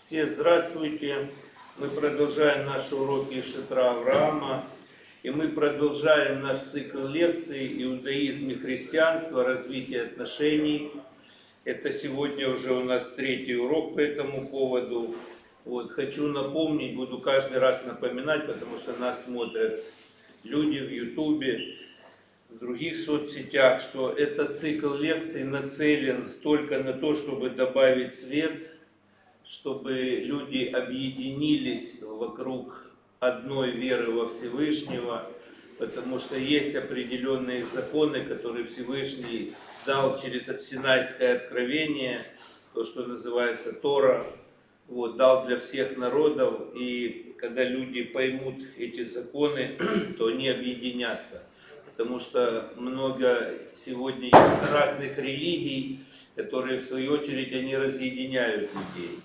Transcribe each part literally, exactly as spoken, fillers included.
Все здравствуйте! Мы продолжаем наши уроки Шатра Авраама. И мы продолжаем наш цикл лекций «Иудаизм и христианство. Развитие отношений». Это сегодня уже у нас третий урок по этому поводу. Вот, хочу напомнить, буду каждый раз напоминать, потому что нас смотрят люди в Ютубе, в других соцсетях, что этот цикл лекций нацелен только на то, чтобы добавить свет, чтобы люди объединились вокруг одной веры во Всевышнего, потому что есть определенные законы, которые Всевышний дал через Синайское откровение, то, что называется Тора, вот, дал для всех народов, и когда люди поймут эти законы, то они объединятся, потому что много сегодня есть разных религий, которые в свою очередь они разъединяют людей.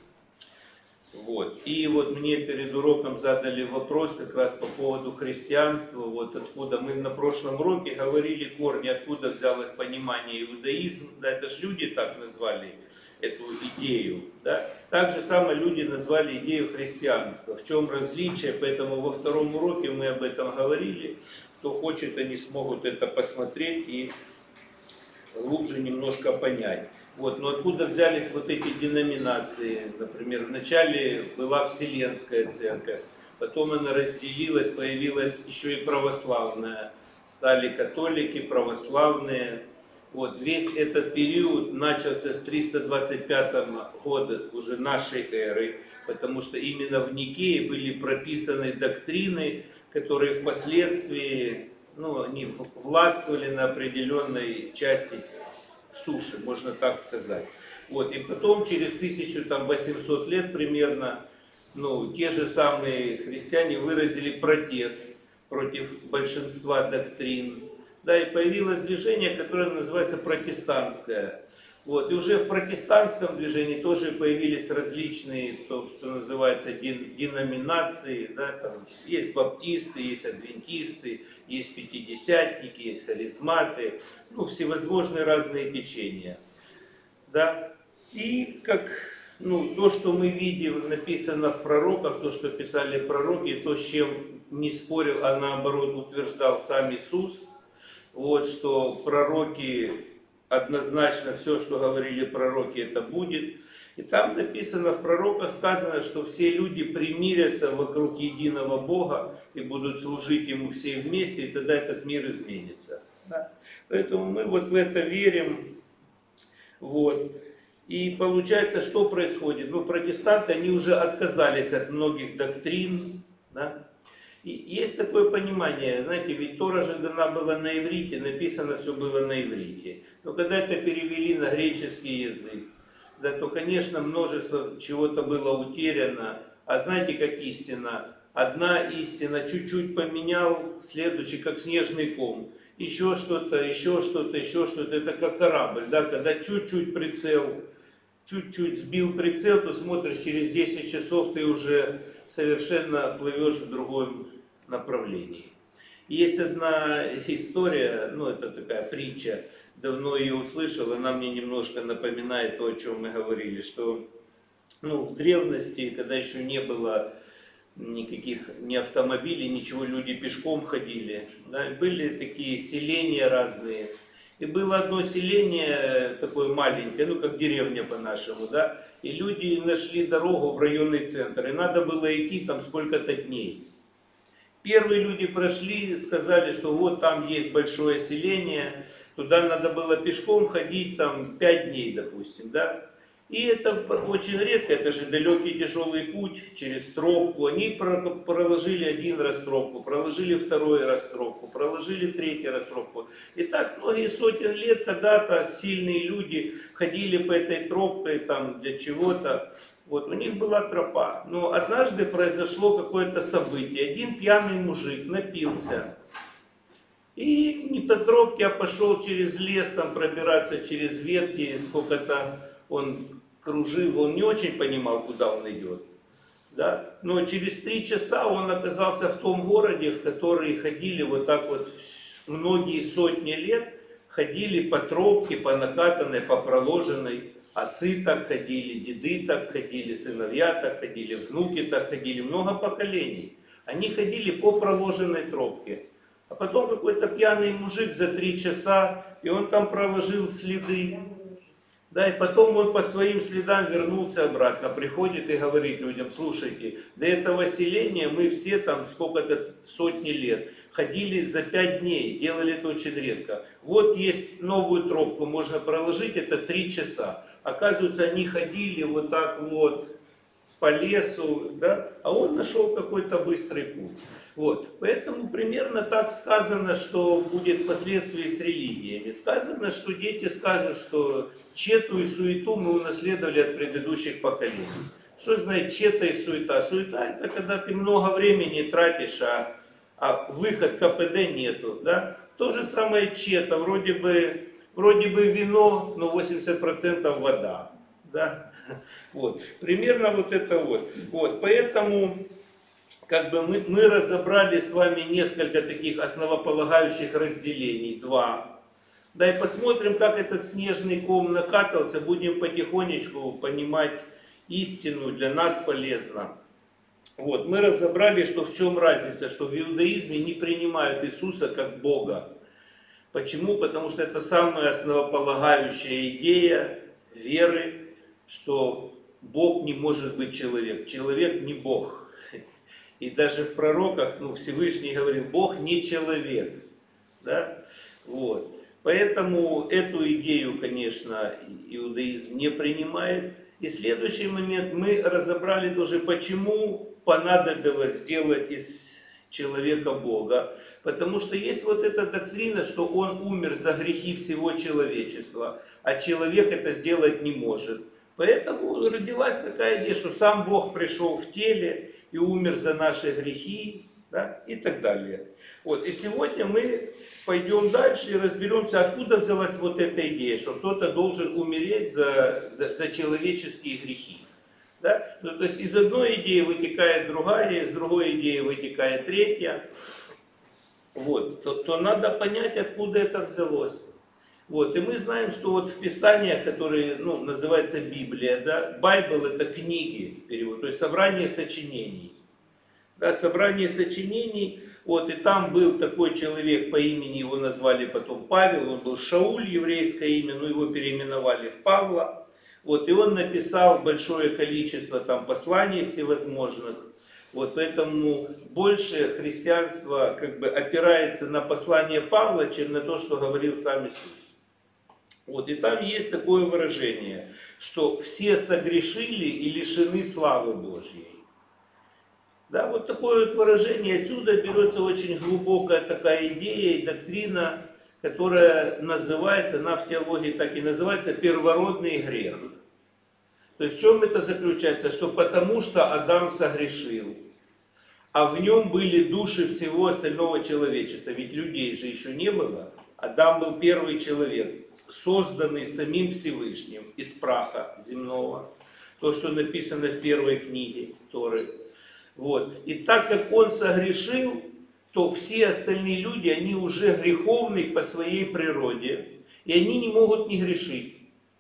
Вот. И вот мне перед уроком задали вопрос как раз по поводу христианства, вот откуда мы на прошлом уроке говорили корни, откуда взялось понимание иудаизм, да, это ж люди так назвали эту идею, да. Так же самое люди назвали идею христианства, в чем различие, поэтому во втором уроке мы об этом говорили, кто хочет, они смогут это посмотреть и глубже немножко понять. Вот, но откуда взялись вот эти деноминации? Например, вначале была Вселенская церковь, потом она разделилась, появилась еще и православная. Стали католики, православные. Вот, весь этот период начался с триста двадцать пятого года уже нашей эры, потому что именно в Никее были прописаны доктрины, которые впоследствии, ну, они властвовали на определенной части суши, можно так сказать. Вот, и потом, через тысячу восемьсот лет примерно, ну, те же самые христиане выразили протест против большинства доктрин. Да, и появилось движение, которое называется протестантское. Вот, и уже в протестантском движении тоже появились различные, то, что называется, деноминации. Да, там есть баптисты, есть адвентисты, есть пятидесятники, есть харизматы, ну, всевозможные разные течения. Да. И как, ну, то, что мы видим, написано в пророках, то, что писали пророки, то, с чем не спорил, а наоборот утверждал сам Иисус, вот, что пророки... Однозначно все, что говорили пророки, это будет. И там написано в пророках, сказано, что все люди примирятся вокруг единого Бога и будут служить Ему все вместе, и тогда этот мир изменится. Да? Поэтому мы вот в это верим. Вот. И получается, что происходит? Ну, протестанты, они уже отказались от многих доктрин. Да? И есть такое понимание, знаете, ведь Тора же дана была на иврите, написано все было на иврите. Но когда это перевели на греческий язык, да, то, конечно, множество чего-то было утеряно. А знаете, как истина? Одна истина чуть-чуть поменял, следующий, как снежный ком. Еще что-то, еще что-то, еще что-то. Это как корабль, да, когда чуть-чуть прицел, чуть-чуть сбил прицел, то смотришь, через десять часов ты уже совершенно плывешь в другом направлении. Есть одна история, ну это такая притча, давно ее услышал, она мне немножко напоминает то, о чем мы говорили, что, ну, в древности, когда еще не было никаких ни автомобилей, ничего, люди пешком ходили, да, были такие селения разные. И было одно селение, такое маленькое, ну как деревня по-нашему, да, и люди нашли дорогу в районный центр, и надо было идти там сколько-то дней. Первые люди прошли, сказали, что вот там есть большое селение, туда надо было пешком ходить там пять дней, допустим, да. И это очень редко, это же далекий тяжелый путь через тропку. Они проложили один раз тропку, проложили второй раз тропку, проложили третий раз тропку. И так многие сотен лет когда-то сильные люди ходили по этой тропке там для чего-то. Вот, у них была тропа. Но однажды произошло какое-то событие. Один пьяный мужик напился. И не по тропке, а пошел через лес, там пробираться через ветки, сколько-то он кружил, он не очень понимал, куда он идет. Да? Но через три часа он оказался в том городе, в который ходили вот так вот многие сотни лет, ходили по тропке, по накатанной, по проложенной. отцы так ходили, деды так ходили, сыновья так ходили, внуки так ходили, много поколений. Они ходили по проложенной тропке. А потом какой-то пьяный мужик за три часа, и он там проложил следы. Да, и потом он по своим следам вернулся обратно, приходит и говорит людям: слушайте, до этого селения мы все там сколько-то сотни лет ходили за пять дней, делали это очень редко. Вот есть новую тропку, можно проложить, это три часа. Оказывается, они ходили вот так вот по лесу, да, а он нашел какой-то быстрый путь. Вот. Поэтому примерно так сказано, что будет впоследствии с религиями. Сказано, что дети скажут, что чету и суету мы унаследовали от предыдущих поколений. Что значит чета и суета? Суета — это когда ты много времени тратишь, а, а выход КПД нету. Да? То же самое чета, вроде бы, вроде бы вино, но восемьдесят процентов вода. Да? Вот. Примерно вот это вот. Вот. Поэтому как бы мы, мы разобрали с вами несколько таких основополагающих разделений, два. Да, и посмотрим, как этот снежный ком накатывался, будем потихонечку понимать истину, для нас полезно. Вот. Мы разобрали, что в чем разница, что в иудаизме не принимают Иисуса как Бога. Почему? Потому что это самая основополагающая идея веры, что Бог не может быть человек, человек не Бог. И даже в пророках, ну, Всевышний говорил: Бог не человек. Да? Вот. Поэтому эту идею, конечно, иудаизм не принимает. И следующий момент, мы разобрали тоже, почему понадобилось сделать из человека Бога. Потому что есть вот эта доктрина, что он умер за грехи всего человечества, а человек это сделать не может. Поэтому родилась такая идея, что сам Бог пришел в теле и умер за наши грехи, да, и так далее. Вот. И сегодня мы пойдем дальше и разберемся, откуда взялась вот эта идея, что кто-то должен умереть за, за, за человеческие грехи. Да? Ну, то есть из одной идеи вытекает другая, из другой идеи вытекает третья. Вот. То, то надо понять, откуда это взялось. Вот, и мы знаем, что вот в Писаниях, которые, ну, называется Библия, да, Байбл — это книги, перевод, то есть собрание сочинений. Да, собрание сочинений, вот, и там был такой человек, по имени его назвали потом Павел, он был Шауль, еврейское имя, но его переименовали в Павла. Вот, и он написал большое количество там посланий всевозможных. Вот, поэтому больше христианство как бы опирается на послание Павла, чем на то, что говорил сам Иисус. Вот, и там есть такое выражение, что все согрешили и лишены славы Божьей. Да, вот такое вот выражение, отсюда берется очень глубокая такая идея и доктрина, которая называется, она в теологии так и называется, первородный грех. То есть в чем это заключается? Что потому что Адам согрешил, а в нем были души всего остального человечества, ведь людей же еще не было. Адам был первый человек, созданный самим Всевышним из праха земного. То, что написано в первой книге Торы. Вот. И так как он согрешил, то все остальные люди, они уже греховны по своей природе. И они не могут не грешить.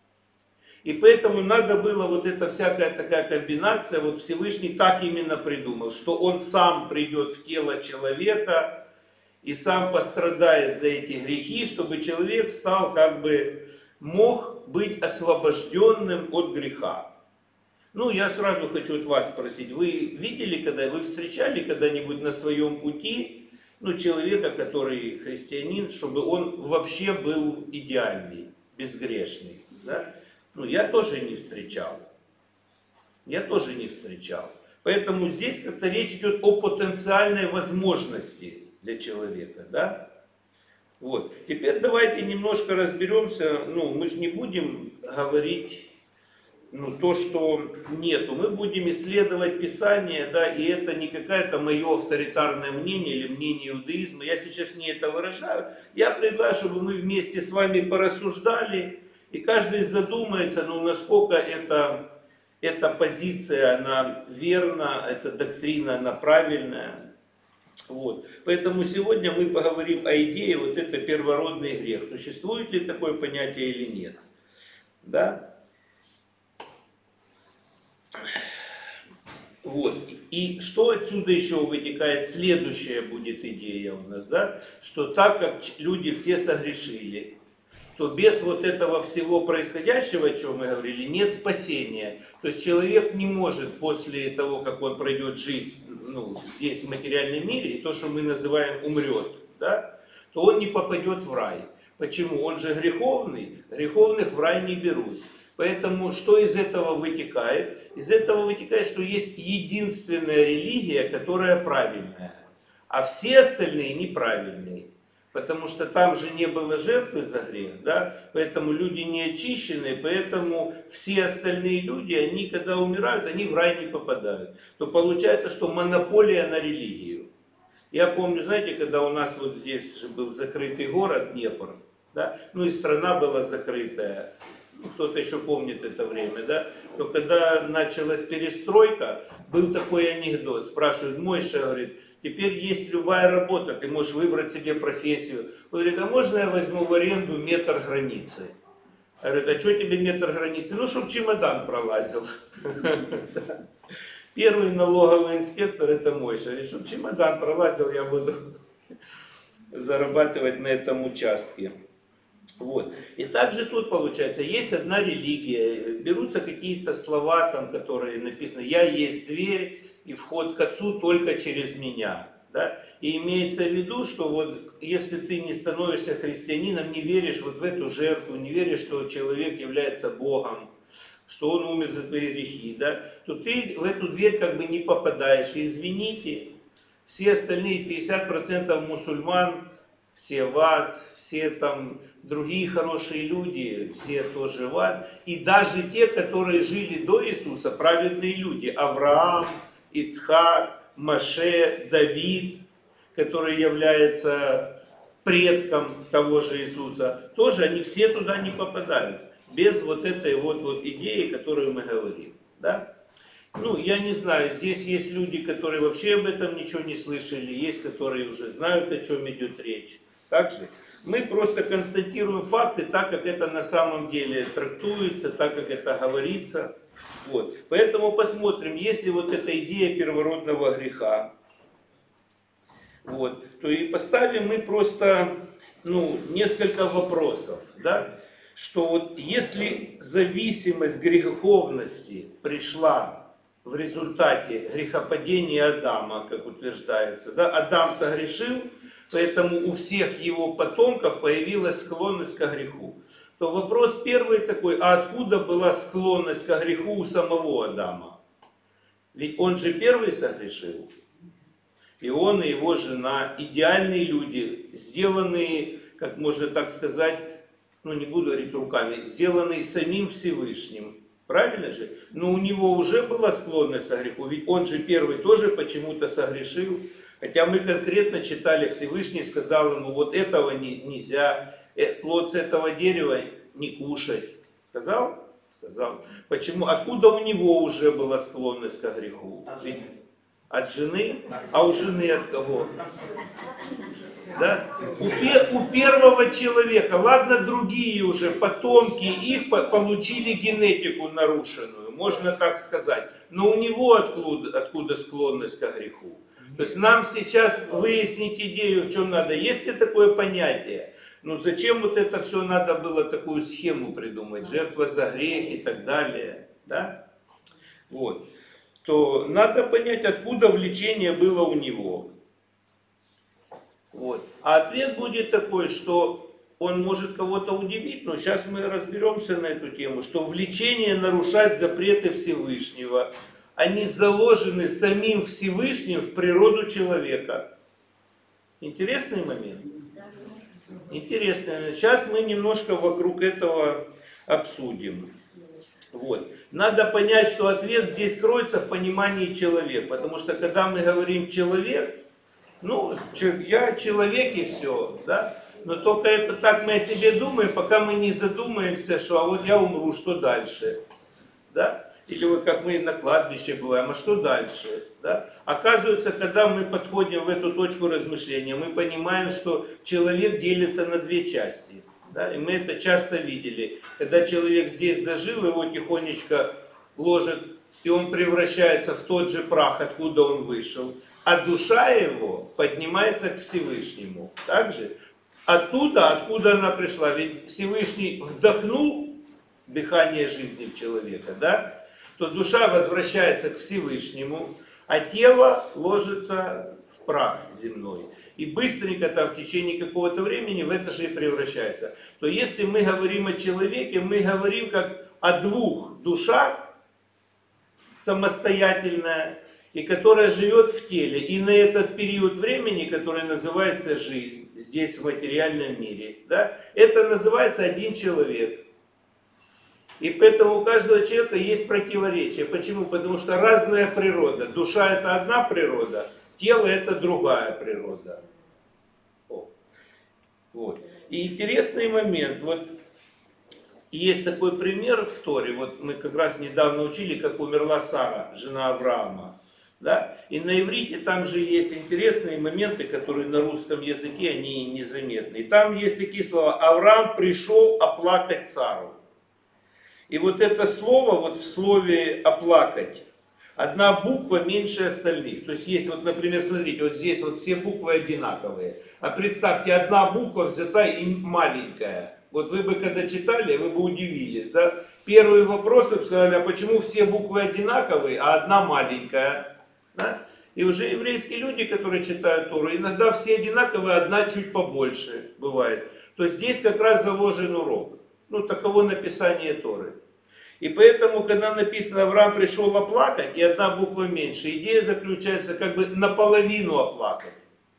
И поэтому надо было вот эта всякая такая комбинация, вот Всевышний так именно придумал, что он сам придет в тело человека, и сам пострадает за эти грехи, чтобы человек стал, как бы, мог быть освобожденным от греха. Ну, я сразу хочу от вас спросить, вы видели, когда вы встречали когда-нибудь на своем пути, ну, человека, который христианин, чтобы он вообще был идеальный, безгрешный, да? Ну, я тоже не встречал. Я тоже не встречал. Поэтому здесь как-то речь идет о потенциальной возможности для человека, да? Вот. Теперь давайте немножко разберемся, ну, мы же не будем говорить, ну, то, что нету. Мы будем исследовать Писание, да, и это не какое-то мое авторитарное мнение или мнение иудаизма. Я сейчас не это выражаю. Я предлагаю, чтобы мы вместе с вами порассуждали, и каждый задумается, ну, насколько это, эта позиция, она верна, эта доктрина, она правильная. Вот. Поэтому сегодня мы поговорим о идее, вот это первородный грех. Существует ли такое понятие или нет? Да? Вот. И что отсюда еще вытекает? Следующая будет идея у нас, да? Что так как люди все согрешили, то без вот этого всего происходящего, о чем мы говорили, нет спасения. То есть человек не может после того, как он пройдет жизнь, ну, здесь в материальном мире, и то, что мы называем умрет, да, то он не попадет в рай. Почему? Он же греховный, греховных в рай не берут. Поэтому что из этого вытекает? Из этого вытекает, что есть единственная религия, которая правильная, а все остальные неправильные. Потому что там же не было жертвы за грех, да? Поэтому люди не очищенные, поэтому все остальные люди, они когда умирают, они в рай не попадают. То получается, что монополия на религию. Я помню, знаете, когда у нас вот здесь же был закрытый город Днепр, да? Ну и страна была закрытая, ну, кто-то еще помнит это время, да? То когда началась перестройка, был такой анекдот, спрашивают, Мойша, говорит, теперь есть любая работа, ты можешь выбрать себе профессию. Он говорит, а можно я возьму в аренду метр границы? Я говорю, а что тебе метр границы? Ну, чтобы чемодан пролазил. Первый налоговый инспектор это Мойша. Говорит, чтобы чемодан пролазил, я буду зарабатывать на этом участке. Вот. И также тут получается, есть одна религия, берутся какие-то слова, там, которые написаны, я есть дверь, и вход к Отцу только через меня. Да? И имеется в виду, что вот если ты не становишься христианином, не веришь вот в эту жертву, не веришь, что человек является Богом, что он умер за твои грехи, да, то ты в эту дверь как бы не попадаешь. И извините, все остальные пятьдесят процентов мусульман, все в ад, все там другие хорошие люди, все тоже в ад. И даже те, которые жили до Иисуса, праведные люди, Авраам, Ицхак, Моше, Давид, который является предком того же Иисуса, тоже они все туда не попадают. Без вот этой вот, вот идеи, которую мы говорим. Да? Ну, я не знаю, здесь есть люди, которые вообще об этом ничего не слышали, есть, которые уже знают, о чем идет речь. Также мы просто констатируем факты так, как это на самом деле трактуется, так, как это говорится. Вот. Поэтому посмотрим, если вот эта идея первородного греха, вот, то и поставим мы просто ну, несколько вопросов. Да? Что вот если зависимость греховности пришла в результате грехопадения Адама, как утверждается, да, Адам согрешил, поэтому у всех его потомков появилась склонность к греху, то вопрос первый такой, а откуда была склонность к греху у самого Адама? Ведь он же первый согрешил. И он, и его жена, идеальные люди, сделанные, как можно так сказать, ну не буду говорить руками, сделанные самим Всевышним. Правильно же? Но у него уже была склонность к греху, ведь он же первый тоже почему-то согрешил. Хотя мы конкретно читали, Всевышний сказал ему, вот этого не, нельзя, плод с этого дерева не кушать. Сказал? Сказал. Почему? Откуда у него уже была склонность к греху? Ведь от жены? А у жены от кого? Да? У, пер, у первого человека, ладно другие уже, потомки их получили генетику нарушенную, можно так сказать. Но у него откуда, откуда склонность к греху? То есть нам сейчас выяснить идею, в чем надо. Есть ли такое понятие? Ну зачем вот это все надо было такую схему придумать? Жертва за грех и так далее. Да? Вот. То надо понять, откуда влечение было у него. Вот. А ответ будет такой, что он может кого-то удивить, но сейчас мы разберемся на эту тему, что влечение нарушать запреты Всевышнего, они заложены самим Всевышним в природу человека. Интересный момент? Интересный момент. Сейчас мы немножко вокруг этого обсудим. Вот. Надо понять, что ответ здесь кроется в понимании человека, потому что когда мы говорим человек, ну, я человек и все, да? Но только это так мы о себе думаем, пока мы не задумаемся, что а вот я умру, что дальше, да? Или вот как мы на кладбище бываем, а что дальше, да? Оказывается, когда мы подходим в эту точку размышления, мы понимаем, что человек делится на две части, да? И мы это часто видели, когда человек здесь дожил, его тихонечко ложат и он превращается в тот же прах, откуда он вышел, а душа его поднимается к Всевышнему. Также оттуда, откуда она пришла, ведь Всевышний вдохнул дыхание жизни в человека, да, то душа возвращается к Всевышнему, а тело ложится в прах земной. И быстренько там в течение какого-то времени в это же и превращается. То если мы говорим о человеке, мы говорим как о двух душах, самостоятельная, и которая живет в теле. И на этот период времени, который называется жизнь, здесь в материальном мире, да, это называется один человек. И поэтому у каждого человека есть противоречие. Почему? Потому что разная природа. Душа это одна природа, тело это другая природа. О. Вот. И интересный момент. Вот есть такой пример в Торе. Вот мы как раз недавно учили, как умерла Сара, жена Авраама. Да? И на иврите там же есть интересные моменты, которые на русском языке они незаметны. И там есть такие слова: Авраам пришел оплакать Сару. И вот это слово, вот в слове оплакать, одна буква меньше остальных. То есть есть вот, например, смотрите, вот здесь вот все буквы одинаковые. А представьте, одна буква взята и маленькая. Вот вы бы когда читали, вы бы удивились, да? Первый вопрос, вы бы сказали, а почему все буквы одинаковые, а одна маленькая? Да? И уже еврейские люди, которые читают Тору, иногда все одинаковые, одна чуть побольше бывает. То есть здесь как раз заложен урок. Ну, таково написание Торы. И поэтому, когда написано Авраам пришел оплакать, и одна буква меньше, идея заключается как бы наполовину оплакать.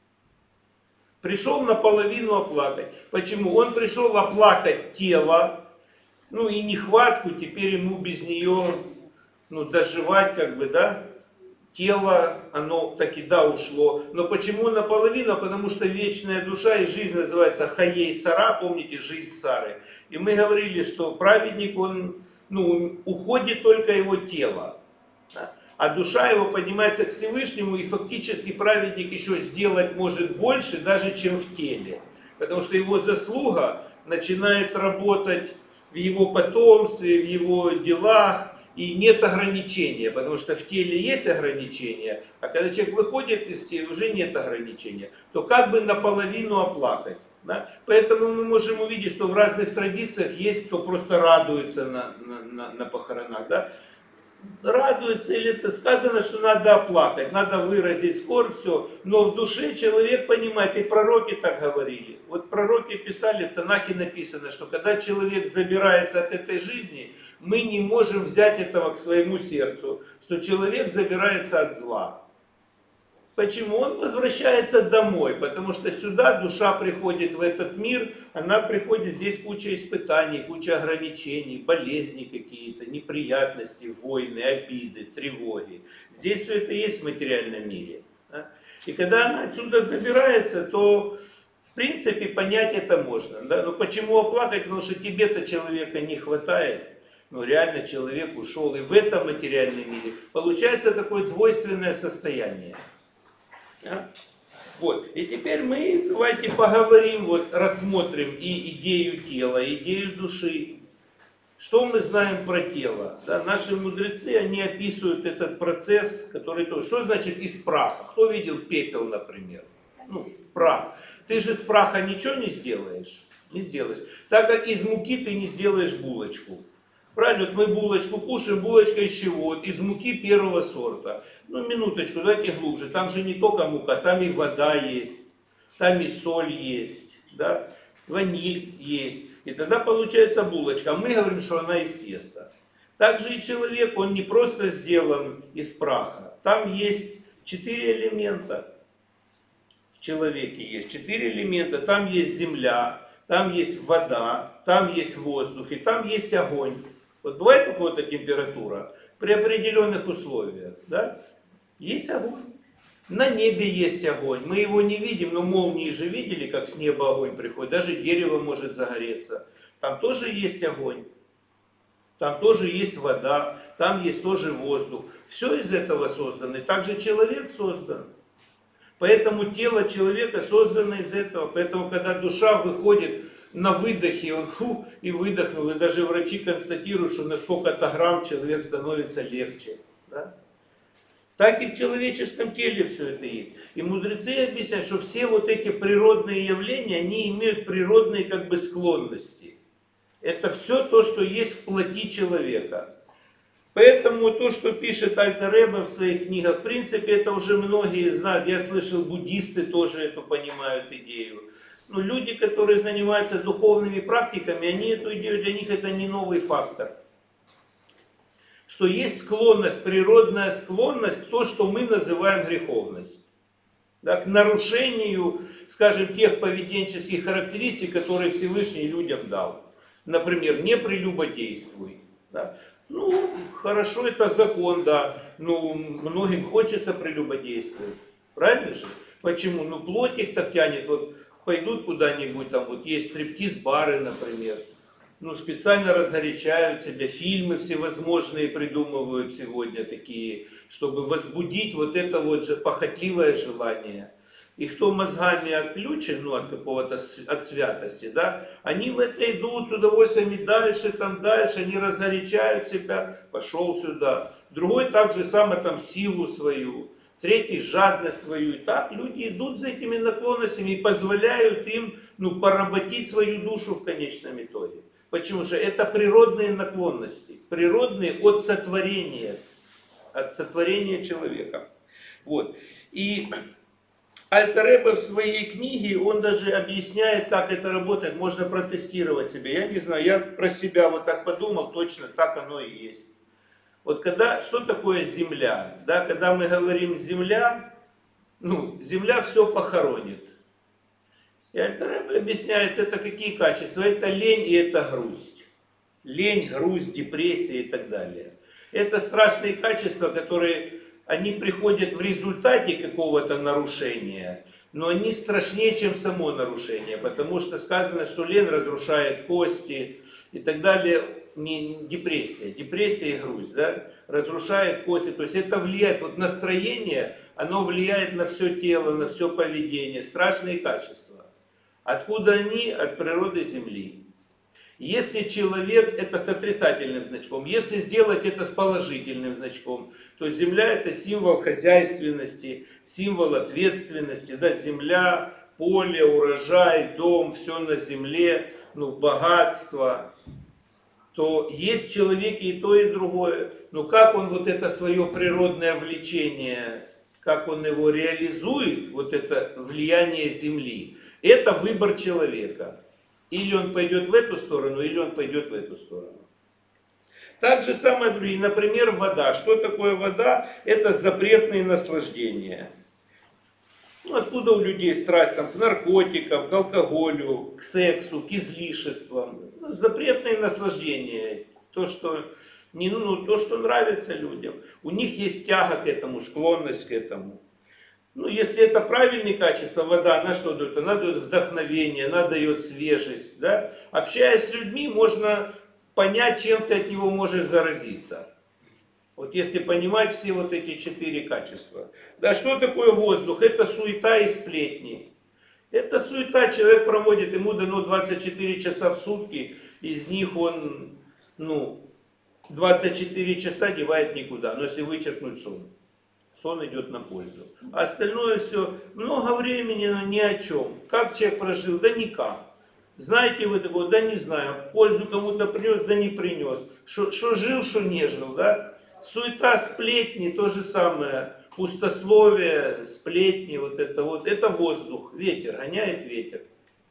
Пришел наполовину оплакать. Почему? Он пришел оплакать тело, ну и нехватку, теперь ему без нее, ну, доживать как бы, да. Тело, оно таки да ушло. Но почему наполовину? Потому что вечная душа и жизнь называется Хаей Сара, помните, жизнь Сары. И мы говорили, что праведник, он, ну, уходит только его тело. Да? А душа его поднимается к Всевышнему, и фактически праведник еще сделать может больше, даже чем в теле. Потому что его заслуга начинает работать в его потомстве, в его делах. И нет ограничения, потому что в теле есть ограничения, а когда человек выходит из тела, уже нет ограничения. То как бы наполовину оплакать. Да? Поэтому мы можем увидеть, что в разных традициях есть, кто просто радуется на, на, на, на похоронах. Да? Радуется, или это сказано, что надо оплакать, надо выразить скорбь, все. Но в душе человек понимает, и пророки так говорили. Вот пророки писали, в Танахе написано, что когда человек забирается от этой жизни, мы не можем взять этого к своему сердцу, что человек забирается от зла. Почему? Он возвращается домой, потому что сюда душа приходит в этот мир, она приходит, здесь куча испытаний, куча ограничений, болезни какие-то, неприятности, войны, обиды, тревоги. Здесь все это есть в материальном мире. Да? И когда она отсюда забирается, то в принципе понять это можно. Да? Но почему оплакать? Потому что тебе-то человека не хватает. Ну, реально человек ушел и в этом материальном мире. Получается такое двойственное состояние. Да? Вот. И теперь мы давайте поговорим, вот, рассмотрим и идею тела, и идею души. Что мы знаем про тело? Да? Наши мудрецы, они описывают этот процесс, который тоже. Что значит из праха? Кто видел пепел, например? Ну, прах. Ты же с праха ничего не сделаешь. Не сделаешь. Так как из муки ты не сделаешь булочку. Правильно, вот мы булочку кушаем, булочка из чего? Из муки первого сорта. Ну, минуточку, давайте глубже. Там же не только мука, там и вода есть, там и соль есть, да? Ваниль есть. И тогда получается булочка. А мы говорим, что она из теста. Также и человек, он не просто сделан из праха. Там есть четыре элемента. В человеке есть четыре элемента. Там есть земля, там есть вода, там есть воздух и там есть огонь. Вот бывает какая-то температура при определенных условиях, да? Есть огонь. На небе есть огонь. Мы его не видим, но молнии же видели, как с неба огонь приходит. Даже дерево может загореться. Там тоже есть огонь. Там тоже есть вода. Там есть тоже воздух. Все из этого создано. И также человек создан. Поэтому тело человека создано из этого. Поэтому, когда душа выходит на выдохе он фу и выдохнул, и даже врачи констатируют, что на сколько-то грамм человек становится легче. Да? Так и в человеческом теле все это есть. И мудрецы объясняют, что все вот эти природные явления, они имеют природные как бы склонности. Это все то, что есть в плоти человека. Поэтому то, что пишет Альтер Ребе в своих книгах, в принципе, это уже многие знают. Я слышал, буддисты тоже эту понимают идею. Но люди, которые занимаются духовными практиками, они эту идею, для них это не новый фактор. Что есть склонность, природная склонность к тому, что мы называем греховность. Да, к нарушению, скажем, тех поведенческих характеристик, которые Всевышний людям дал. Например, не прелюбодействуй. Да. Ну, хорошо, это закон, да. Ну, многим хочется прелюбодействовать. Правильно же? Почему? Ну, плоть их так тянет. Вот пойдут куда-нибудь, там вот есть стриптиз-бары, например. Ну, специально разгорячают себя, фильмы всевозможные придумывают сегодня такие, чтобы возбудить вот это вот же похотливое желание. И кто мозгами отключен, ну, от какого-то, от святости, да, они в это идут с удовольствием и дальше, там, дальше, они разгорячают себя, пошел сюда. Другой так же самое, там, силу свою, третий жадность свою. И так люди идут за этими наклонностями и позволяют им, ну, поработить свою душу в конечном итоге. Почему же? Это природные наклонности, природные от сотворения, от сотворения человека. Вот. И Альтер Ребе в своей книге, он даже объясняет, как это работает, можно протестировать себя. Я не знаю, я про себя вот так подумал, точно так оно и есть. Вот когда, что такое земля? Да, когда мы говорим земля, ну, земля все похоронит. И Альтер Ребе объясняет, это какие качества? Это лень и это грусть. Лень, грусть, депрессия и так далее. Это страшные качества, которые, они приходят в результате какого-то нарушения, но они страшнее, чем само нарушение, потому что сказано, что лень разрушает кости и так далее. Не депрессия, депрессия и грусть, да, разрушает кости, то есть это влияет, вот настроение, оно влияет на все тело, на все поведение, страшные качества. Откуда они? От природы Земли. Если человек, это с отрицательным значком, если сделать это с положительным значком, то Земля это символ хозяйственности, символ ответственности, да, земля, поле, урожай, дом, все на земле, ну, богатство, то есть в человеке и то, и другое. Но как он вот это свое природное влечение, как он его реализует, вот это влияние Земли, это выбор человека. Или он пойдет в эту сторону, или он пойдет в эту сторону. Так же самое, например, вода. Что такое вода? Это запретные наслаждения. Ну, откуда у людей страсть там, к наркотикам, к алкоголю, к сексу, к излишествам? Запретные наслаждения. То, что, не, ну, то, что нравится людям. У них есть тяга к этому, склонность к этому. Ну, если это правильные качества, вода, она что дает? Она дает вдохновение, она дает свежесть. Да? Общаясь с людьми, можно понять, чем ты от него можешь заразиться. Вот если понимать все вот эти четыре качества. Да, что такое воздух? Это суета и сплетни. Это суета, человек проводит, ему дано двадцать четыре часа в сутки, из них он, ну, двадцать четыре часа девает никуда, но если вычеркнуть сон. Сон идет на пользу. А остальное все, много времени, но ни о чем. Как человек прожил? Да никак. Знаете вы такого? Да не знаю. Пользу кому-то принес? Да не принес. Что жил, что не жил, да? Суета, сплетни, то же самое. Пустословие, сплетни, вот это вот. Это воздух, ветер, гоняет ветер.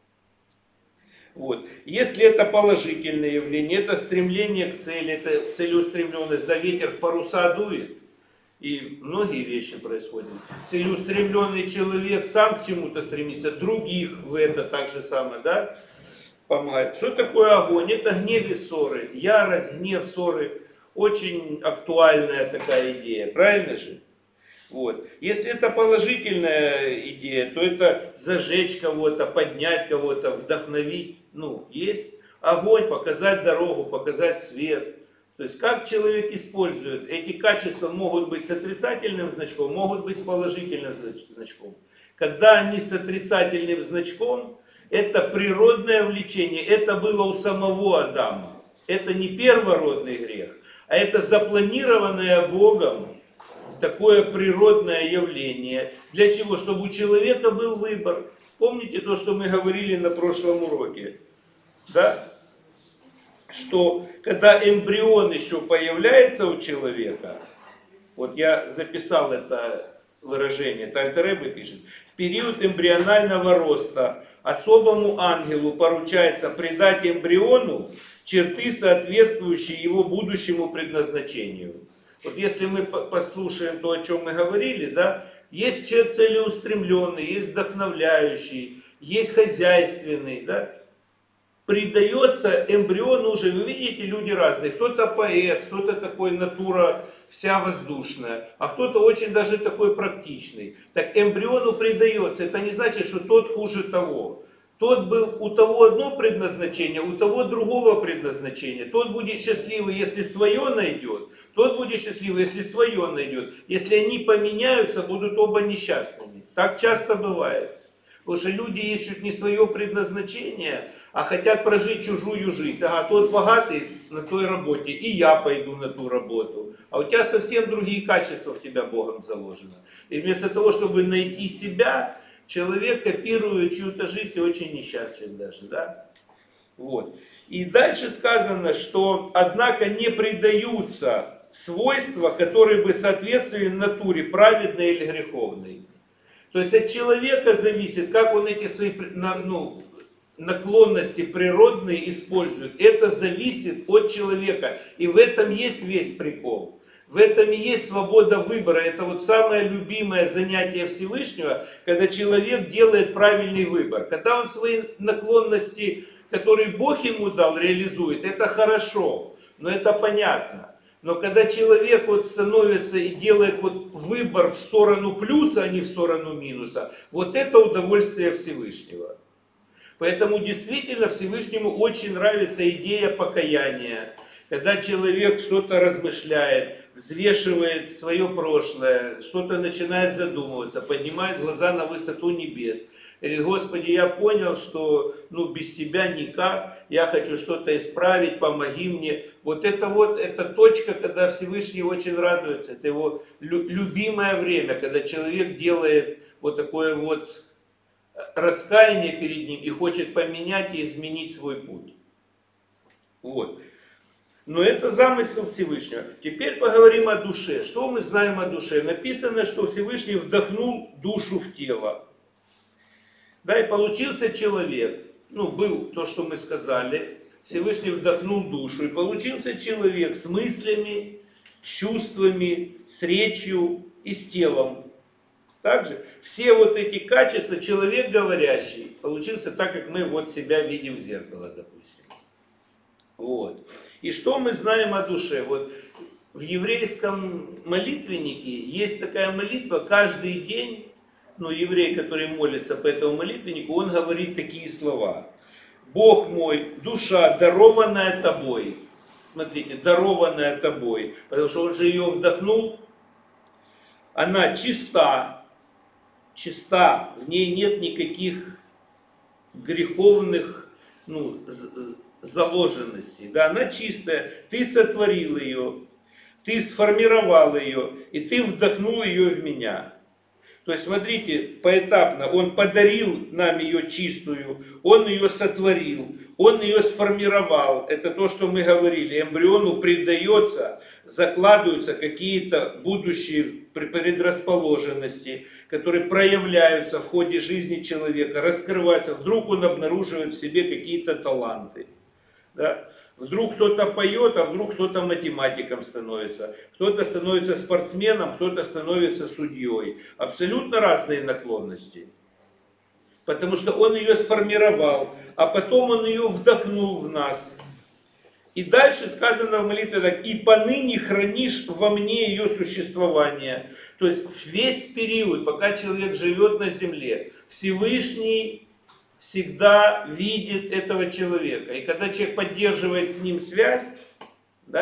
Вот. Если это положительное явление, это стремление к цели, это целеустремленность, да, ветер в паруса дует. И многие вещи происходят. Целеустремленный человек сам к чему-то стремится, других в это так же самое, да, помогает. Что такое огонь? Это гнев и ссоры. Ярость, гнев, ссоры. Очень актуальная такая идея, правильно же? Вот. Если это положительная идея, то это зажечь кого-то, поднять кого-то, вдохновить. Ну, есть огонь, показать дорогу, показать свет. То есть как человек использует, эти качества могут быть с отрицательным значком, могут быть с положительным значком. когда они с отрицательным значком, это природное влечение, это было у самого Адама. Это не первородный грех, а это запланированное Богом такое природное явление. Для чего? Чтобы у человека был выбор. Помните то, что мы говорили на прошлом уроке? Да? Что когда эмбрион еще появляется у человека, вот я записал это выражение, Альтер Ребе пишет, в период эмбрионального роста особому ангелу поручается придать эмбриону черты, соответствующие его будущему предназначению. Вот если мы послушаем то, о чем мы говорили, да, есть человек целеустремленный, есть вдохновляющий, есть хозяйственный, да, придается эмбриону уже, вы видите, люди разные, кто-то поэт, кто-то такой натура вся воздушная, а кто-то очень даже такой практичный. Так эмбриону придается, это не значит, что тот хуже того. Тот был у того одно предназначение, у того другого предназначения. Тот будет счастливый, если свое найдет. Тот будет счастливый, если свое найдет. Если они поменяются, будут оба несчастными. Так часто бывает. Потому что люди ищут не свое предназначение, а хотят прожить чужую жизнь. Ага, тот богатый на той работе, и я пойду на ту работу. А у тебя совсем другие качества в тебя Богом заложено. И вместо того, чтобы найти себя, человек копирует чью-то жизнь и очень несчастлив даже, да? Вот. И дальше сказано, что, однако, не придаются свойства, которые бы соответствовали натуре праведной или греховной. То есть от человека зависит, как он эти свои ну, наклонности природные использует. Это зависит от человека. И в этом есть весь прикол. В этом и есть свобода выбора. Это вот самое любимое занятие Всевышнего, когда человек делает правильный выбор. Когда он свои наклонности, которые Бог ему дал, реализует, это хорошо, но это понятно. Но когда человек вот становится и делает вот выбор в сторону плюса, а не в сторону минуса, вот это удовольствие Всевышнего. Поэтому действительно Всевышнему очень нравится идея покаяния. Когда человек что-то размышляет, взвешивает свое прошлое, что-то начинает задумываться, поднимает глаза на высоту небес. Говорит: Господи, я понял, что ну, без Тебя никак, я хочу что-то исправить, помоги мне. Вот это вот, эта точка, когда Всевышний очень радуется, это его любимое время, когда человек делает вот такое вот раскаяние перед ним и хочет поменять и изменить свой путь. Вот. Но это замысел Всевышнего. Теперь поговорим о душе. Что мы знаем о душе? Написано, что Всевышний вдохнул душу в тело. Да, и получился человек. Ну, был то, что мы сказали. Всевышний вдохнул душу. И получился человек с мыслями, с чувствами, с речью и с телом. Также все вот эти качества, человек говорящий, получился так, как мы вот себя видим в зеркало, допустим. Вот. И что мы знаем о душе? Вот в еврейском молитвеннике есть такая молитва, каждый день, ну, еврей, который молится по этому молитвеннику, он говорит такие слова. Бог мой, душа, дарованная тобой. Смотрите, дарованная тобой, потому что он же ее вдохнул. Она чиста, чиста, в ней нет никаких греховных, ну, заложенностей. Да, она чистая, ты сотворил ее, ты сформировал ее, и ты вдохнул ее в меня. То есть, смотрите, поэтапно, он подарил нам ее чистую, он ее сотворил, он ее сформировал. Это то, что мы говорили, эмбриону придается, закладываются какие-то будущие предрасположенности, которые проявляются в ходе жизни человека, раскрываются. Вдруг он обнаруживает в себе какие-то таланты. Да? Вдруг кто-то поет, а вдруг кто-то математиком становится. Кто-то становится спортсменом, кто-то становится судьей. Абсолютно разные наклонности. Потому что он ее сформировал, а потом он ее вдохнул в нас. И дальше сказано в молитве так: и поныне хранишь во мне ее существование. То есть весь период, пока человек живет на земле, Всевышний всегда видит этого человека. И когда человек поддерживает с ним связь, да,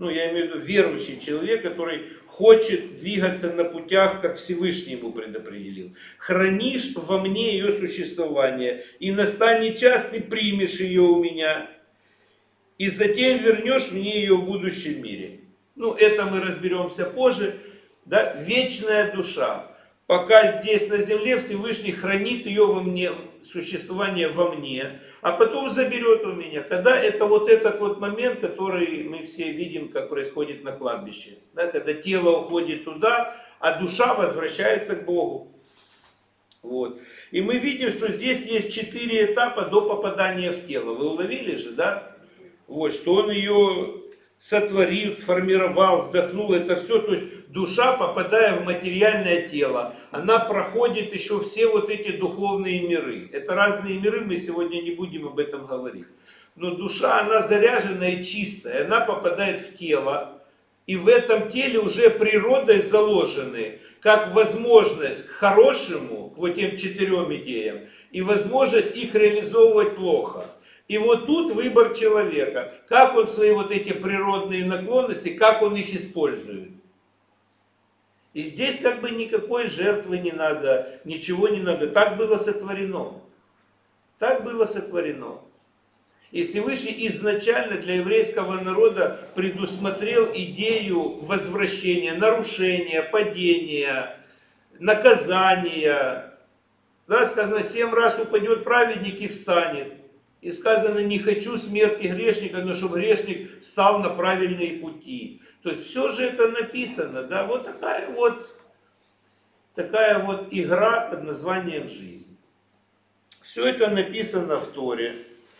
ну я имею в виду верующий человек, который хочет двигаться на путях, как Всевышний ему предопределил. Хранишь во мне ее существование, и настанет час, ты примешь ее у меня, и затем вернешь мне ее в будущем мире. Ну, это мы разберемся позже. Да? Вечная душа. Пока здесь на земле Всевышний хранит ее во мне, существование во мне, а потом заберет у меня. Когда это вот этот вот момент, который мы все видим, как происходит на кладбище. Да? Когда тело уходит туда, а душа возвращается к Богу. Вот. И мы видим, что здесь есть четыре этапа до попадания в тело. Вы уловили же, да? Вот, что он ее сотворил, сформировал, вдохнул, это все. То есть душа, попадая в материальное тело, она проходит еще все вот эти духовные миры. Это разные миры, мы сегодня не будем об этом говорить. Но душа, она заряженная и чистая, она попадает в тело. И в этом теле уже природой заложены как возможность к хорошему, к вот тем четырем идеям, и возможность их реализовывать плохо. И вот тут выбор человека, как он свои вот эти природные наклонности, как он их использует. И здесь как бы никакой жертвы не надо, ничего не надо. Так было сотворено. Так было сотворено. И Всевышний изначально для еврейского народа предусмотрел идею возвращения, нарушения, падения, наказания. Да, сказано, семь раз упадет праведник и встанет. И сказано, не хочу смерти грешника, но чтобы грешник стал на правильные пути. То есть все же это написано, да, вот такая вот, такая вот игра под названием жизнь. Все это написано в Торе.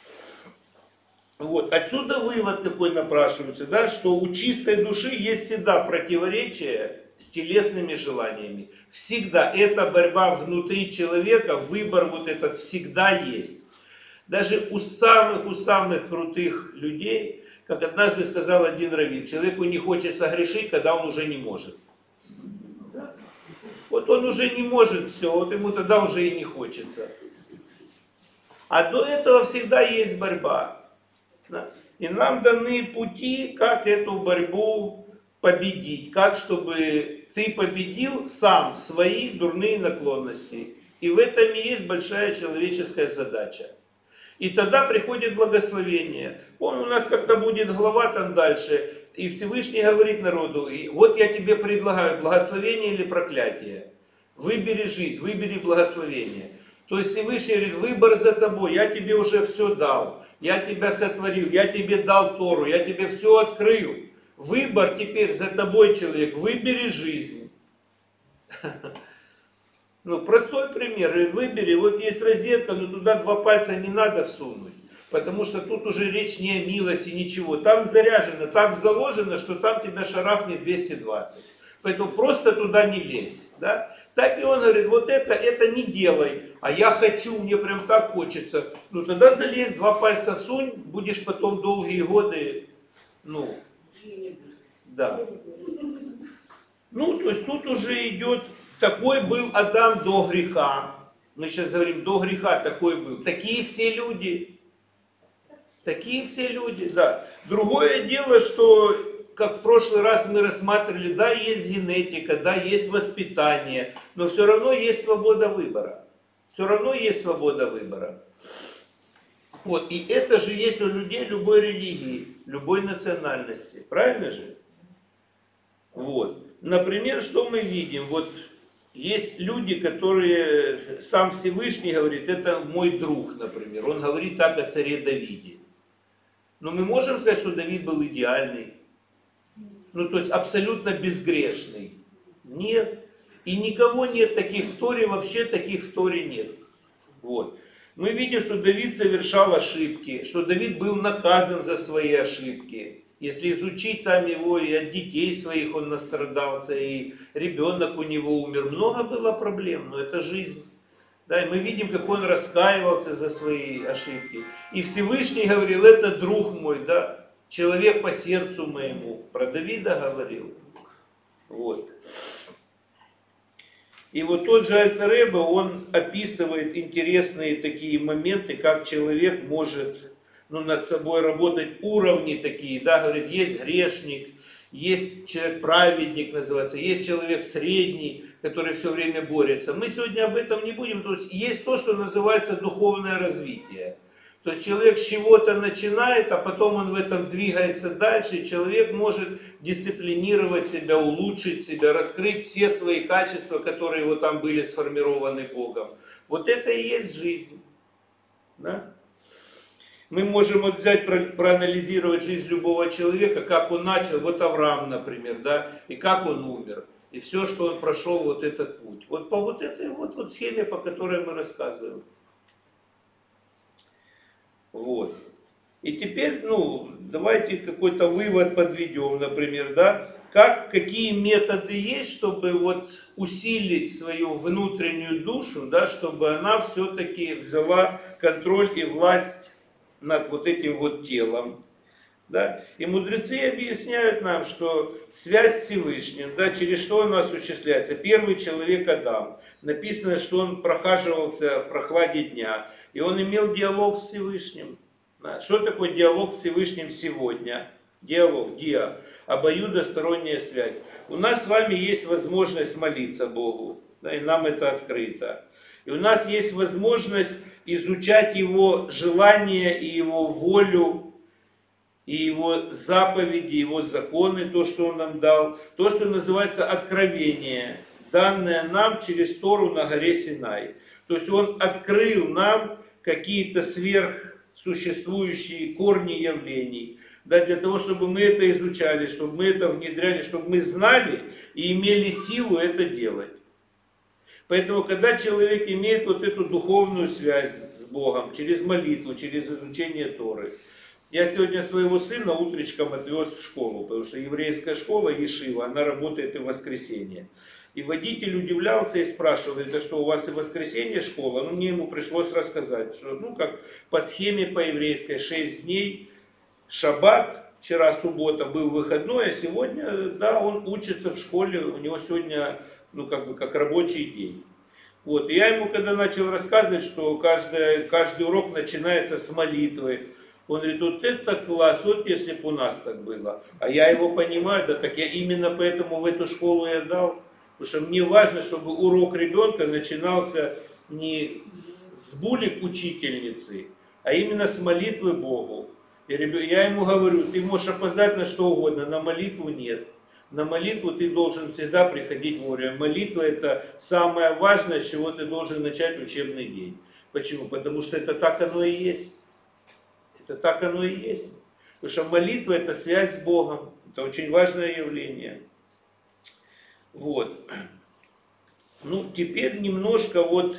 Вот, отсюда вывод какой напрашивается, да, что у чистой души есть всегда противоречие с телесными желаниями. Всегда эта борьба внутри человека, выбор вот этот всегда есть. Даже у самых, у самых крутых людей, как однажды сказал один раввин, человеку не хочется грешить, когда он уже не может. Да? Вот он уже не может все, вот ему тогда уже и не хочется. А до этого всегда есть борьба. Да? И нам даны пути, как эту борьбу победить, как чтобы ты победил сам свои дурные наклонности. И в этом и есть большая человеческая задача. И тогда приходит благословение. Помню, у нас как-то будет глава там дальше, и Всевышний говорит народу, вот я тебе предлагаю благословение или проклятие. Выбери жизнь, выбери благословение. То есть Всевышний говорит, выбор за тобой, я тебе уже все дал, я тебя сотворил, я тебе дал Тору, я тебе все открыл. Выбор теперь за тобой, человек, выбери жизнь. Ну, простой пример, выбери, вот есть розетка, но туда два пальца не надо всунуть, потому что тут уже речь не о милости, ничего. Там заряжено, так заложено, что там тебя шарахнет двести двадцать. Поэтому просто туда не лезь. Да? Так и он говорит, вот это, это не делай, а я хочу, мне прям так хочется. Ну, тогда залезь, два пальца всунь, будешь потом долгие годы, ну, да. Ну, то есть тут уже идет... Такой был Адам до греха. Мы сейчас говорим, до греха такой был. Такие все люди. Такие все люди, да. Другое дело, что, как в прошлый раз мы рассматривали, да, есть генетика, да, есть воспитание, но все равно есть свобода выбора. Все равно есть свобода выбора. Вот, и это же есть у людей любой религии, любой национальности. Правильно же? Вот. Например, что мы видим? Вот есть люди, которые, сам Всевышний говорит, это мой друг, например. Он говорит так о царе Давиде. Но мы можем сказать, что Давид был идеальный? Ну, то есть абсолютно безгрешный? Нет. И никого нет таких в Торе, вообще таких в Торе нет. Вот. Мы видим, что Давид совершал ошибки, что Давид был наказан за свои ошибки. Если изучить там его, и от детей своих он настрадался, и ребенок у него умер. Много было проблем, но это жизнь. Да, и мы видим, как он раскаивался за свои ошибки. И Всевышний говорил, это друг мой, да, человек по сердцу моему. Про Давида говорил. Вот. И вот тот же Альтер Ребе, он описывает интересные такие моменты, как человек может... ну, над собой работать, уровни такие, да, говорит, есть грешник, есть человек праведник называется, есть человек средний, который все время борется. Мы сегодня об этом не будем, то есть есть то, что называется духовное развитие. То есть человек с чего-то начинает, а потом он в этом двигается дальше, и человек может дисциплинировать себя, улучшить себя, раскрыть все свои качества, которые его там были сформированы Богом. Вот это и есть жизнь. Да? Мы можем вот взять, проанализировать жизнь любого человека, как он начал, вот Авраам, например, да, и как он умер, и все, что он прошел, вот этот путь. Вот по вот этой вот, вот схеме, по которой мы рассказываем. Вот. И теперь, ну, давайте какой-то вывод подведем, например, да, как, какие методы есть, чтобы вот усилить свою внутреннюю душу, да, чтобы она все-таки взяла контроль и власть над вот этим вот телом. Да? И мудрецы объясняют нам, что связь с Всевышним, да, через что она осуществляется. Первый человек Адам. Написано, что он прохаживался в прохладе дня, и он имел диалог с Всевышним. Да? Что такое диалог с Всевышним сегодня? Диалог, диа, обоюдосторонняя связь. У нас с вами есть возможность молиться Богу, да, и нам это открыто. И у нас есть возможность изучать Его желания и Его волю, и Его заповеди, Его законы, то, что Он нам дал, то, что называется откровение, данное нам через Тору на горе Синай. То есть Он открыл нам какие-то сверхсуществующие корни явлений, да, для того, чтобы мы это изучали, чтобы мы это внедряли, чтобы мы знали и имели силу это делать. Поэтому, когда человек имеет вот эту духовную связь с Богом, через молитву, через изучение Торы. Я сегодня своего сына утречком отвез в школу, потому что еврейская школа, Ешива, она работает и в воскресенье. И водитель удивлялся и спрашивал, это что, у вас и в воскресенье школа? Ну, мне ему пришлось рассказать, что, ну, как по схеме по еврейской, шесть дней, шаббат, вчера суббота, был выходной, а сегодня, да, он учится в школе, у него сегодня, ну, как бы, как рабочий день. Вот, и я ему, когда начал рассказывать, что каждый, каждый урок начинается с молитвы, он говорит, вот это класс, вот если бы у нас так было. А я его понимаю, да, так я именно поэтому в эту школу я дал. Потому что мне важно, чтобы урок ребенка начинался не с булек учительницы, а именно с молитвы Богу. И я ему говорю, ты можешь опоздать на что угодно, на молитву нет. На молитву ты должен всегда приходить вовремя. Молитва это самое важное, с чего ты должен начать учебный день. Почему? Потому что это так оно и есть. Это так оно и есть. Потому что молитва это связь с Богом. Это очень важное явление. Вот. Ну, теперь немножко вот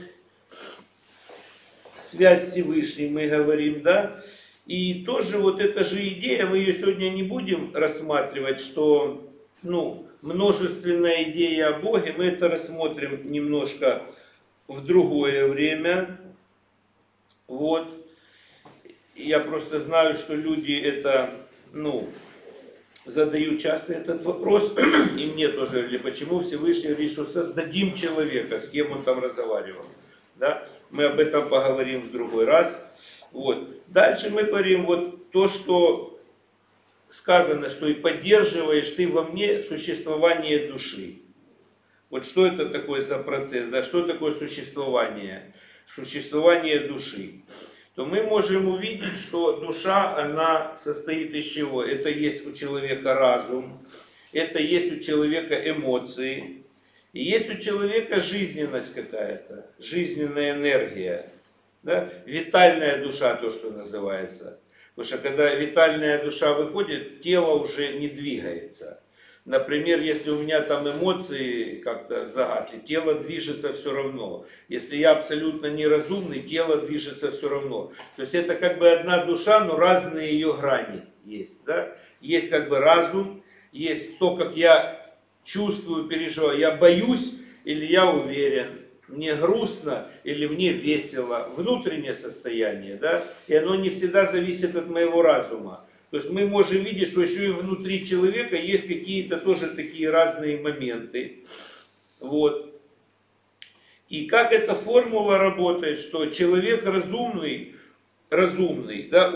связь с Всевышним мы говорим, да. И тоже вот эта же идея, мы ее сегодня не будем рассматривать, что, ну, множественная идея о Боге, мы это рассмотрим немножко в другое время. Вот. Я просто знаю, что люди это, ну, задают часто этот вопрос, и мне тоже говорили, почему Всевышний говорит, что создадим человека, с кем он там разговаривал. Да? Мы об этом поговорим в другой раз. Вот. Дальше мы говорим вот то, что сказано, что и поддерживаешь ты во мне существование души. Вот что это такое за процесс, да? Что такое существование? Существование души. То мы можем увидеть, что душа, она состоит из чего? Это есть у человека разум, это есть у человека эмоции, и есть у человека жизненность какая-то, жизненная энергия, да? Витальная душа, то, что называется. Потому что когда витальная душа выходит, тело уже не двигается. Например, если у меня там эмоции как-то загасли, тело движется все равно. Если я абсолютно неразумный, тело движется все равно. То есть это как бы одна душа, но разные ее грани есть. Да? Есть как бы разум, есть то, как я чувствую, переживаю. Я боюсь или я уверен. Мне грустно или мне весело. Внутреннее состояние. Да? И оно не всегда зависит от моего разума. То есть мы можем видеть, что еще и внутри человека есть какие-то тоже такие разные моменты. Вот. И как эта формула работает, что человек разумный, разумный, да, он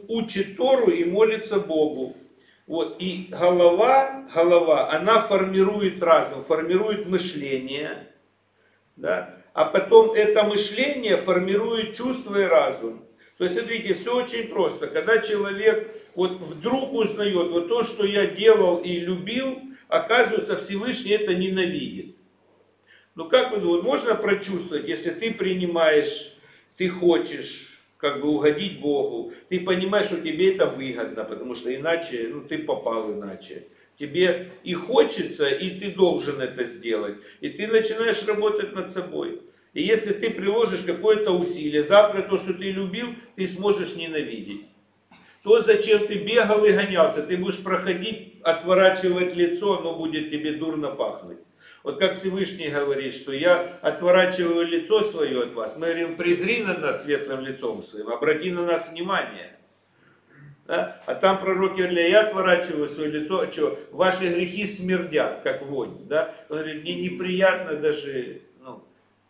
учит Тору и молится Богу. Вот. И голова, голова, она формирует разум, формирует мышление. Да? А потом это мышление формирует чувство и разум. То есть, смотрите, все очень просто. Когда человек вот вдруг узнает, вот то, что я делал и любил, оказывается, Всевышний это ненавидит. Ну как вы думаете, можно прочувствовать, если ты принимаешь, ты хочешь как бы угодить Богу, ты понимаешь, что тебе это выгодно, потому что иначе, ну ты попал иначе. Тебе и хочется, и ты должен это сделать. И ты начинаешь работать над собой. И если ты приложишь какое-то усилие, завтра то, что ты любил, ты сможешь ненавидеть. То, зачем ты бегал и гонялся, ты будешь проходить, отворачивать лицо, оно будет тебе дурно пахнуть. Вот как Всевышний говорит, что я отворачиваю лицо свое от вас. Мы говорим, презри на нас светлым лицом своим, обрати на нас внимание. Да? А там пророк говорит, я отворачиваю свое лицо, а что, ваши грехи смердят, как вонь. Да? Он говорит, мне неприятно даже. Ну.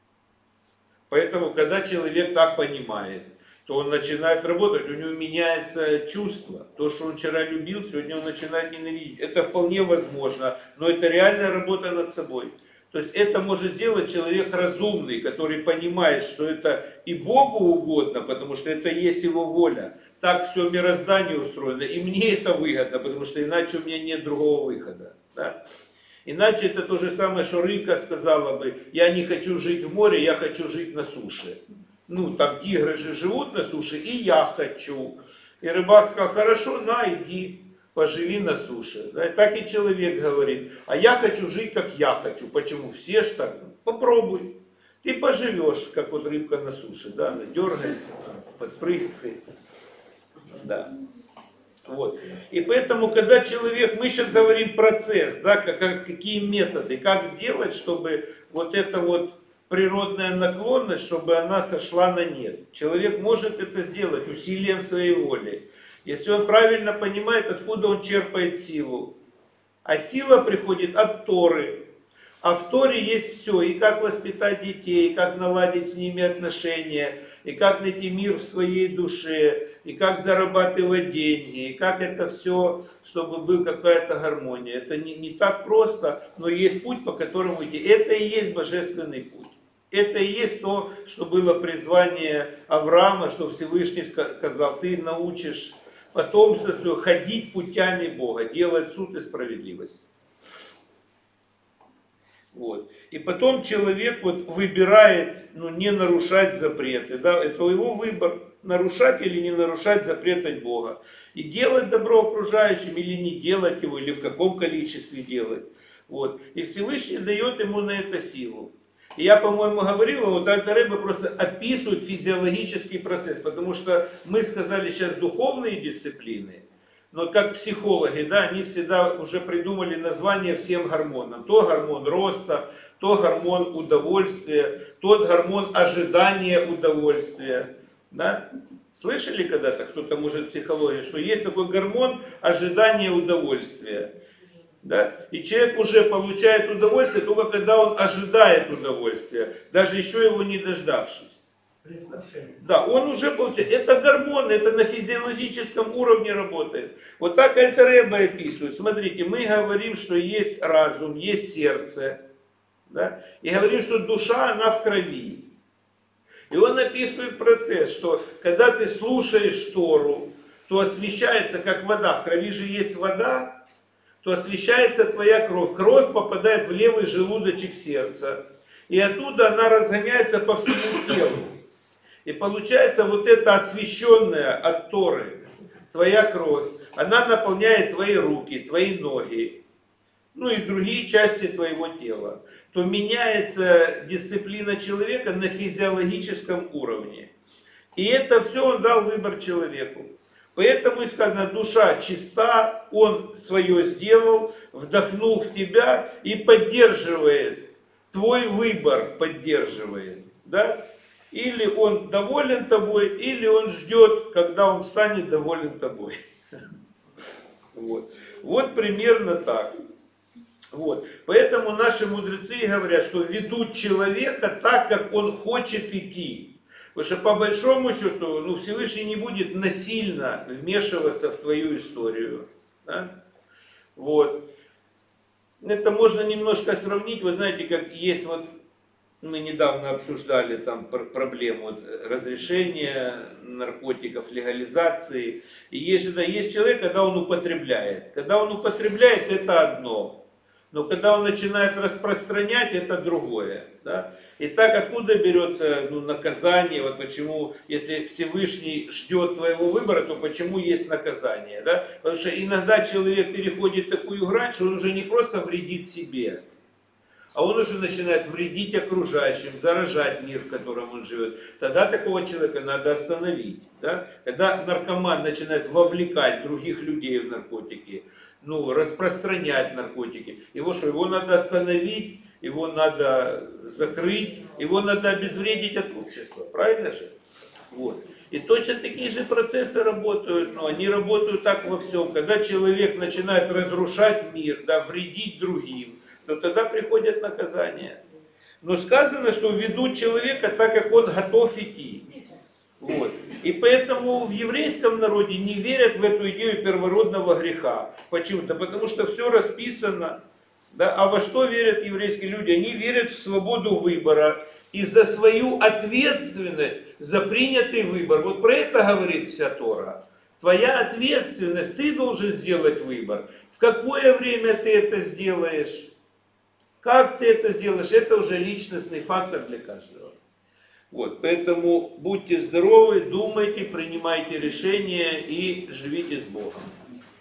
Поэтому, когда человек так понимает, то он начинает работать, у него меняется чувство. То, что он вчера любил, сегодня он начинает ненавидеть. Это вполне возможно, но это реальная работа над собой. То есть это может сделать человек разумный, который понимает, что это и Богу угодно, потому что это есть его воля. Так все мироздание устроено, и мне это выгодно, потому что иначе у меня нет другого выхода. Да? Иначе это то же самое, что рыка сказала бы, я не хочу жить в море, я хочу жить на суше. Ну, там тигры же живут на суше, и я хочу. И рыбак сказал, хорошо, на, иди, поживи на суше. Да, и так и человек говорит, а я хочу жить, как я хочу. Почему? Все ж так. Попробуй. Ты поживешь, как вот рыбка на суше. Да, она дергается, подпрыгивает. Да. Вот. И поэтому, когда человек, мы сейчас говорим процесс, да, как, какие методы, как сделать, чтобы вот это вот природная наклонность, чтобы она сошла на нет. Человек может это сделать усилием своей воли. Если он правильно понимает, откуда он черпает силу. А сила приходит от Торы. А в Торе есть все. И как воспитать детей, и как наладить с ними отношения, и как найти мир в своей душе, и как зарабатывать деньги, и как это все, чтобы была какая-то гармония. Это не, не так просто, но есть путь, по которому идти. Это и есть божественный путь. Это и есть то, что было призвание Авраама, что Всевышний сказал, ты научишь потомство свое ходить путями Бога, делать суд и справедливость. Вот. И потом человек вот выбирает, ну, не нарушать запреты. Да? Это его выбор, нарушать или не нарушать запреты Бога. И делать добро окружающим или не делать его, или в каком количестве делать. Вот. И Всевышний дает ему на это силу. И я, по-моему, говорил, вот Альтер Ребе просто описывает физиологический процесс, потому что мы сказали сейчас духовные дисциплины, но как психологи, да, они всегда уже придумали название всем гормонам. То гормон роста, то гормон удовольствия, тот гормон ожидания удовольствия. Да? Слышали когда-то, кто-то может в психологии, что есть такой гормон ожидания удовольствия. Да? И человек уже получает удовольствие только когда он ожидает удовольствия, даже еще его не дождавшись. Да, он уже получает. Это гормоны, это на физиологическом уровне работает. Вот так Альтер Ребе описывает. Смотрите, мы говорим, что есть разум, есть сердце. Да? И говорим, что душа, она в крови. И он описывает процесс, что когда ты слушаешь Тору, то освещается как вода. В крови же есть вода. То освещается твоя кровь. Кровь попадает в левый желудочек сердца. И оттуда она разгоняется по всему телу. И получается вот эта освещенная от Торы, твоя кровь, она наполняет твои руки, твои ноги, ну и другие части твоего тела. То меняется дисциплина человека на физиологическом уровне. И это все он дал выбор человеку. Поэтому и сказано, душа чиста, он свое сделал, вдохнул в тебя и поддерживает, твой выбор поддерживает. Да? Или он доволен тобой, или он ждет, когда он станет доволен тобой. Вот, вот примерно так. Вот. Поэтому наши мудрецы говорят, что ведут человека так, как он хочет идти. Потому что по большому счету, ну, Всевышний не будет насильно вмешиваться в твою историю. Да? Вот. Это можно немножко сравнить, вы знаете, как есть вот, мы недавно обсуждали там проблему разрешения наркотиков, легализации. И есть, да, есть человек, когда он употребляет. Когда он употребляет, это одно. Но когда он начинает распространять, это другое. Да? Итак, откуда берется ну, наказание? Вот почему, если Всевышний ждет твоего выбора, то почему есть наказание? Да? Потому что иногда человек переходит такую грань, что он уже не просто вредит себе, а он уже начинает вредить окружающим, заражать мир, в котором он живет. Тогда такого человека надо остановить. Да? Когда наркоман начинает вовлекать других людей в наркотики, ну, распространять наркотики, его что, его надо остановить, его надо закрыть, его надо обезвредить от общества. Правильно же? Вот. И точно такие же процессы работают, но они работают так во всем. Когда человек начинает разрушать мир, да, вредить другим, то тогда приходят наказания. Но сказано, что ведут человека так, как он готов идти. Вот. И поэтому в еврейском народе не верят в эту идею первородного греха. Почему? Да потому что все расписано. Да? А во что верят еврейские люди? Они верят в свободу выбора и за свою ответственность за принятый выбор. Вот про это говорит вся Тора. Твоя ответственность, ты должен сделать выбор. В какое время ты это сделаешь? Как ты это сделаешь, это уже личностный фактор для каждого. Вот, поэтому будьте здоровы, думайте, принимайте решения и живите с Богом.